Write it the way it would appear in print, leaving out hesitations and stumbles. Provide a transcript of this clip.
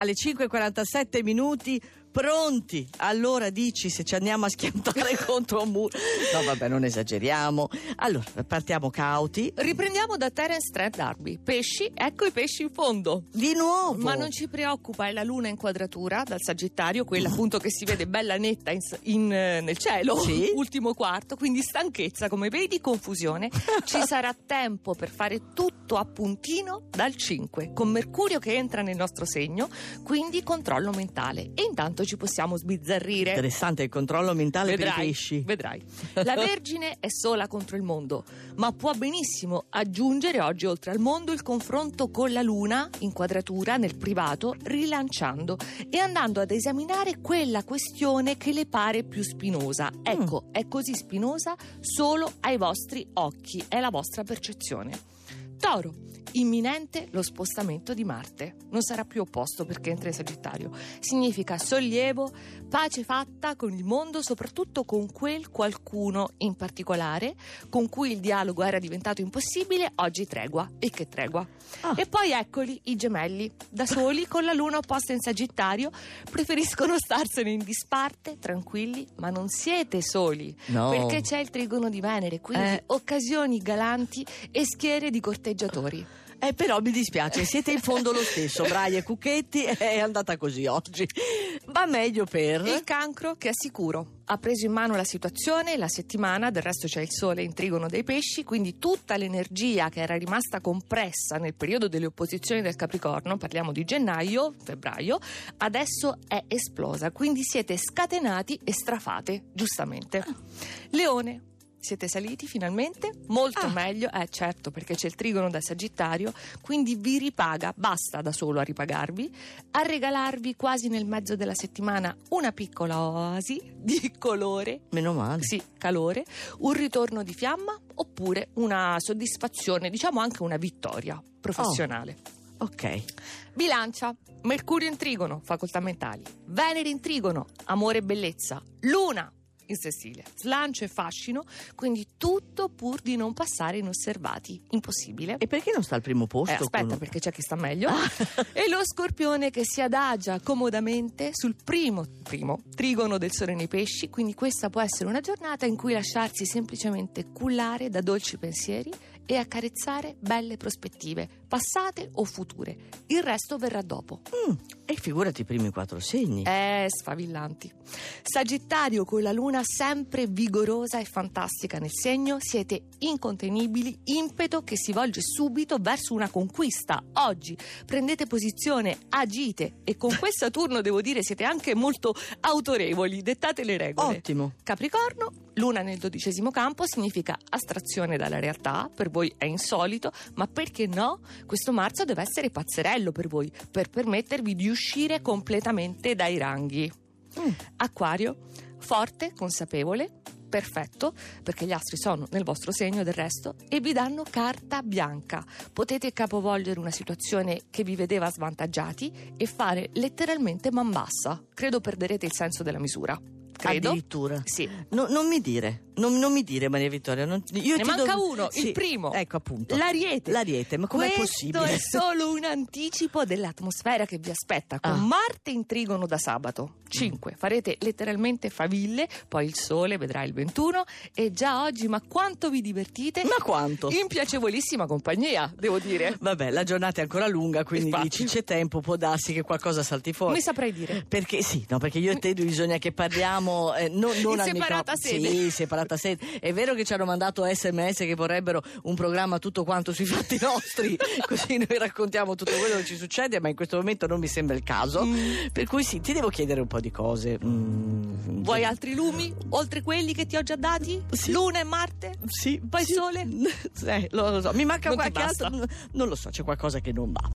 Alle 5:47 pronti. Allora dici se ci andiamo a schiantare contro un muro. No vabbè, non esageriamo. Allora partiamo cauti. Riprendiamo da Terence Trent D'Arby. Pesci, ecco i pesci in fondo. Di nuovo. Ma non ci preoccupa, è la luna in quadratura dal Sagittario, quella appunto che si vede bella netta nel cielo. Sì. Ultimo quarto, quindi stanchezza, come vedi, confusione. Ci sarà tempo per fare tutto a puntino dal 5, con Mercurio che entra nel nostro segno, quindi controllo mentale. E intanto ci possiamo sbizzarrire. Interessante il controllo mentale per i pesci. Vedrai. La Vergine è sola contro il mondo, ma può benissimo aggiungere oggi oltre al mondo il confronto con la Luna in quadratura nel privato, rilanciando e andando ad esaminare quella questione che le pare più spinosa. Ecco, è così spinosa solo ai vostri occhi, è la vostra percezione. Toro, imminente lo spostamento di Marte. Non sarà più opposto perché entra in Sagittario. Significa sollievo, pace fatta con il mondo, soprattutto con quel qualcuno in particolare con cui il dialogo era diventato impossibile. Oggi tregua. E che tregua. E poi eccoli i Gemelli, da soli con la luna opposta in Sagittario, preferiscono starsene in disparte, tranquilli, ma non siete soli, no, perché c'è il trigono di Venere, quindi occasioni galanti e schiere di corteggiatori. Però mi dispiace, siete in fondo lo stesso, Braia e Cucchetti, è andata così oggi. Va meglio per il Cancro, che è sicuro. Ha preso in mano la situazione, la settimana, del resto c'è il sole in trigono dei pesci, quindi tutta l'energia che era rimasta compressa nel periodo delle opposizioni del Capricorno, parliamo di gennaio, febbraio, adesso è esplosa, quindi siete scatenati e strafate, giustamente. Leone. Siete saliti finalmente? Molto meglio, certo, perché c'è il trigono da Sagittario, quindi vi ripaga, basta da solo a ripagarvi, a regalarvi quasi nel mezzo della settimana una piccola oasi di colore. Meno male. Sì, calore, un ritorno di fiamma oppure una soddisfazione, diciamo anche una vittoria professionale. Ok. Bilancia, Mercurio in trigono, facoltà mentali, Venere in trigono, amore e bellezza, Luna in sessile, slancio e fascino, quindi tutto pur di non passare inosservati. Impossibile. E perché non sta al primo posto? Aspetta, perché c'è chi sta meglio. E lo Scorpione che si adagia comodamente sul primo trigono del Sole nei pesci, quindi questa può essere una giornata in cui lasciarsi semplicemente cullare da dolci pensieri e accarezzare belle prospettive, passate o future. Il resto verrà dopo. E figurati i primi 4 segni. Sfavillanti. Sagittario con la luna sempre vigorosa e fantastica nel segno, siete incontenibili, impeto che si volge subito verso una conquista. Oggi prendete posizione, agite e con quel Saturno devo dire siete anche molto autorevoli, dettate le regole. Ottimo. Capricorno, luna nel 12° campo, significa astrazione dalla realtà, per voi è insolito, ma perché no? Questo marzo deve essere pazzerello per voi, per permettervi di uscire completamente dai ranghi. Acquario, forte, consapevole, perfetto, perché gli astri sono nel vostro segno del resto e vi danno carta bianca. Potete capovolgere una situazione che vi vedeva svantaggiati e fare letteralmente man bassa. Credo perderete il senso della misura. Credo. Addirittura? Sì. Non mi dire, Maria Vittoria. Io ne manca uno, sì, il primo. Ecco appunto. L'Ariete, ma com'è possibile? Questo è solo un anticipo dell'atmosfera che vi aspetta con Marte in trigono da sabato 5. Farete letteralmente faville, poi il sole vedrà il 21 e già oggi, ma quanto vi divertite? Ma quanto? In piacevolissima compagnia, devo dire. Vabbè, la giornata è ancora lunga, quindi dici c'è tempo, può darsi che qualcosa salti fuori. Ne saprei dire. Perché perché io e te bisogna che parliamo non in separata sede. Sì, separata sede. È vero che ci hanno mandato SMS che vorrebbero un programma tutto quanto sui fatti nostri, così noi raccontiamo tutto quello che ci succede, ma in questo momento non mi sembra il caso. Per cui sì, ti devo chiedere un po' di cose. Vuoi altri lumi oltre quelli che ti ho già dati? Sì. Luna e Marte? Sì. Poi sì. Sole? Lo so. Mi manca Non qualche altro. Non lo so, c'è qualcosa che non va.